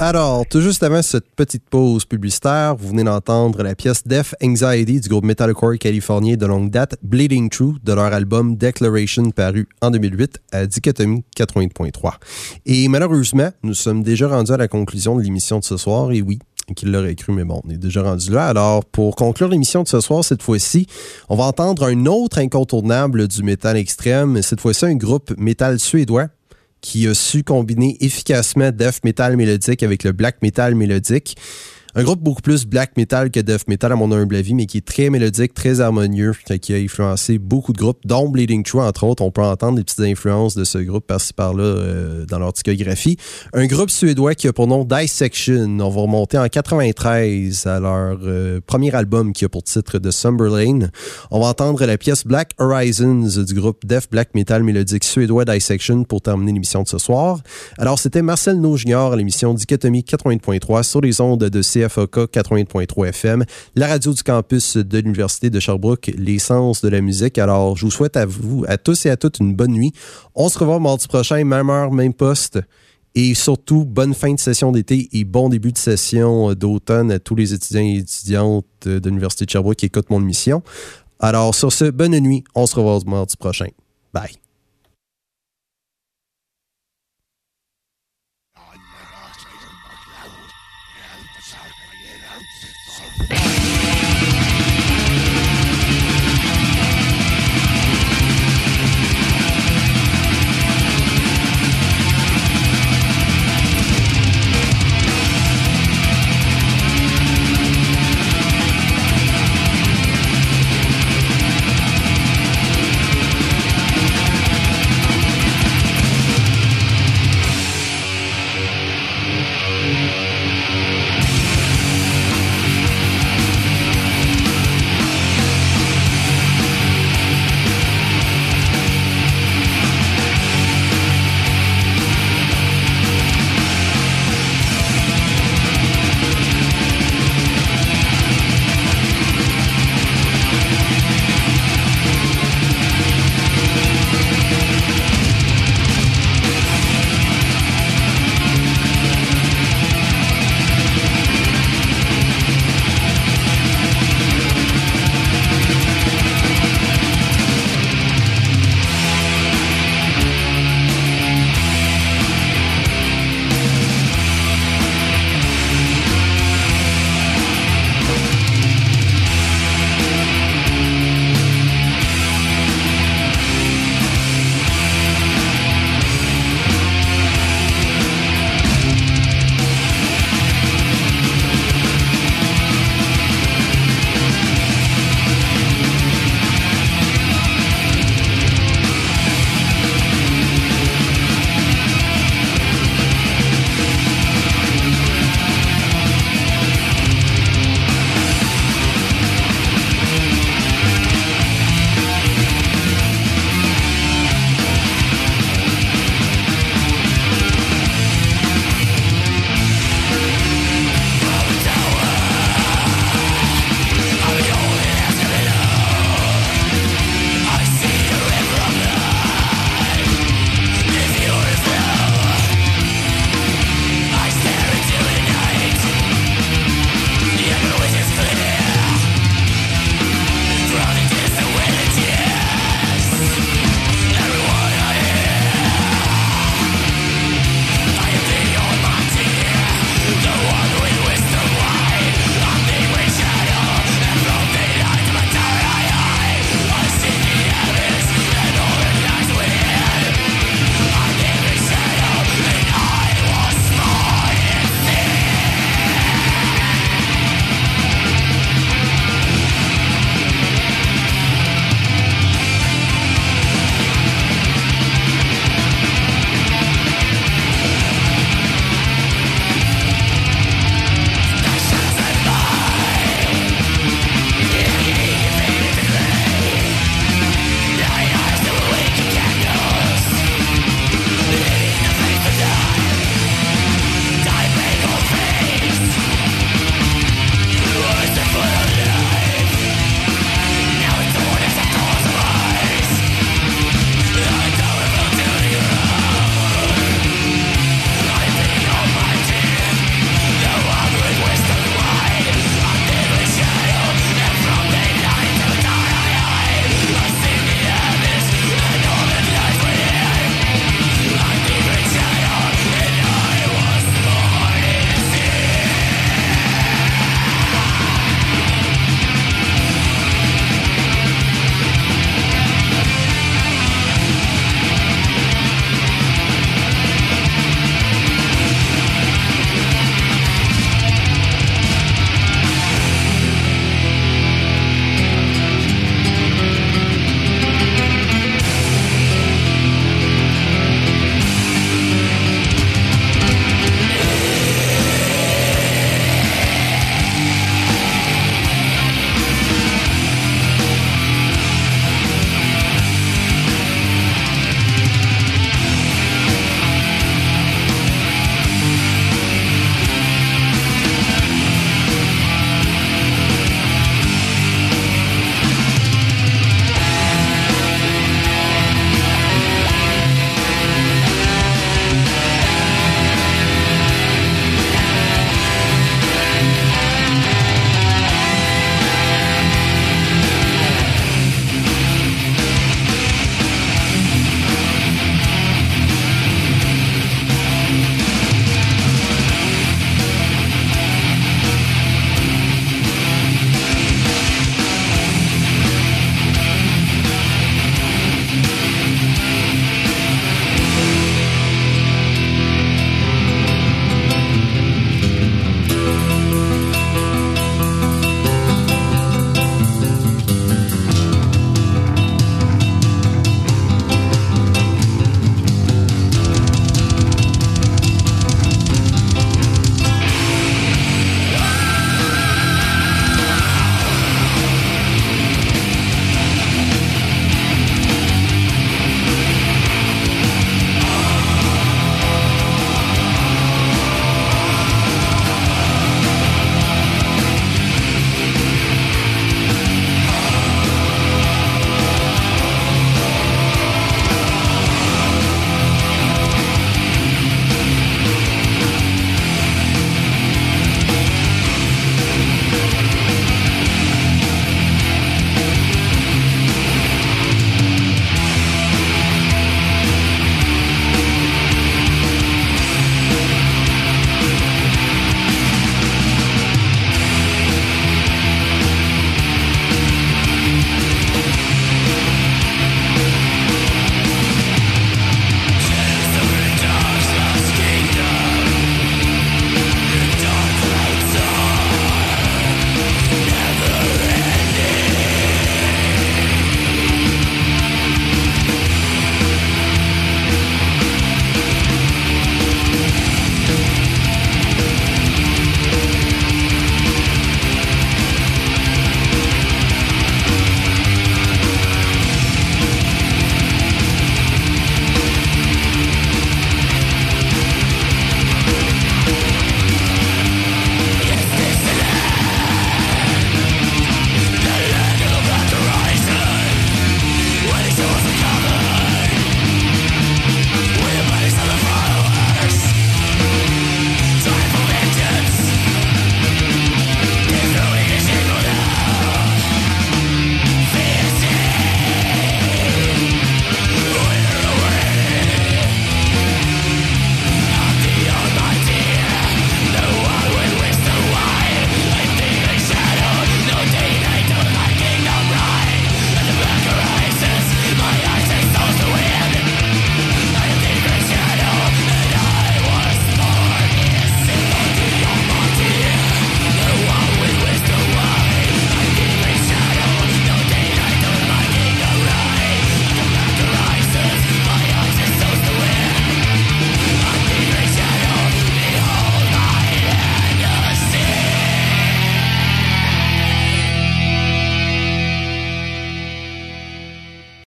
Alors, tout juste avant cette petite pause publicitaire, vous venez d'entendre la pièce Death Anxiety du groupe metalcore californien de longue date Bleeding True de leur album Declaration paru en 2008 à Dichotomie 80.3. Et malheureusement, nous sommes déjà rendus à la conclusion de l'émission de ce soir, et oui, qui l'aurait cru, mais bon, on est déjà rendu là. Alors, pour conclure l'émission de ce soir, cette fois-ci, on va entendre un autre incontournable du métal extrême, cette fois-ci un groupe métal suédois qui a su combiner efficacement death metal mélodique avec le black metal mélodique. Un groupe beaucoup plus black metal que death metal à mon humble avis, mais qui est très mélodique, très harmonieux, qui a influencé beaucoup de groupes, dont Bleeding True, entre autres. On peut entendre des petites influences de ce groupe par-ci par-là dans leur discographie. Un groupe suédois qui a pour nom Dissection. On va remonter en 93 à leur premier album qui a pour titre The Summerlane. On va entendre la pièce Black Horizons du groupe death black metal mélodique suédois Dissection pour terminer l'émission de ce soir. Alors, c'était Marcel No Junior à l'émission Dichotomie 80.3 sur les ondes de CFOK 80.3 FM, la radio du campus de l'Université de Sherbrooke, l'essence de la musique. Alors, je vous souhaite à vous, à tous et à toutes, une bonne nuit. On se revoit mardi prochain, même heure, même poste. Et surtout, bonne fin de session d'été et bon début de session d'automne à tous les étudiants et étudiantes de l'Université de Sherbrooke qui écoutent mon émission. Alors, sur ce, bonne nuit. On se revoit mardi prochain. Bye.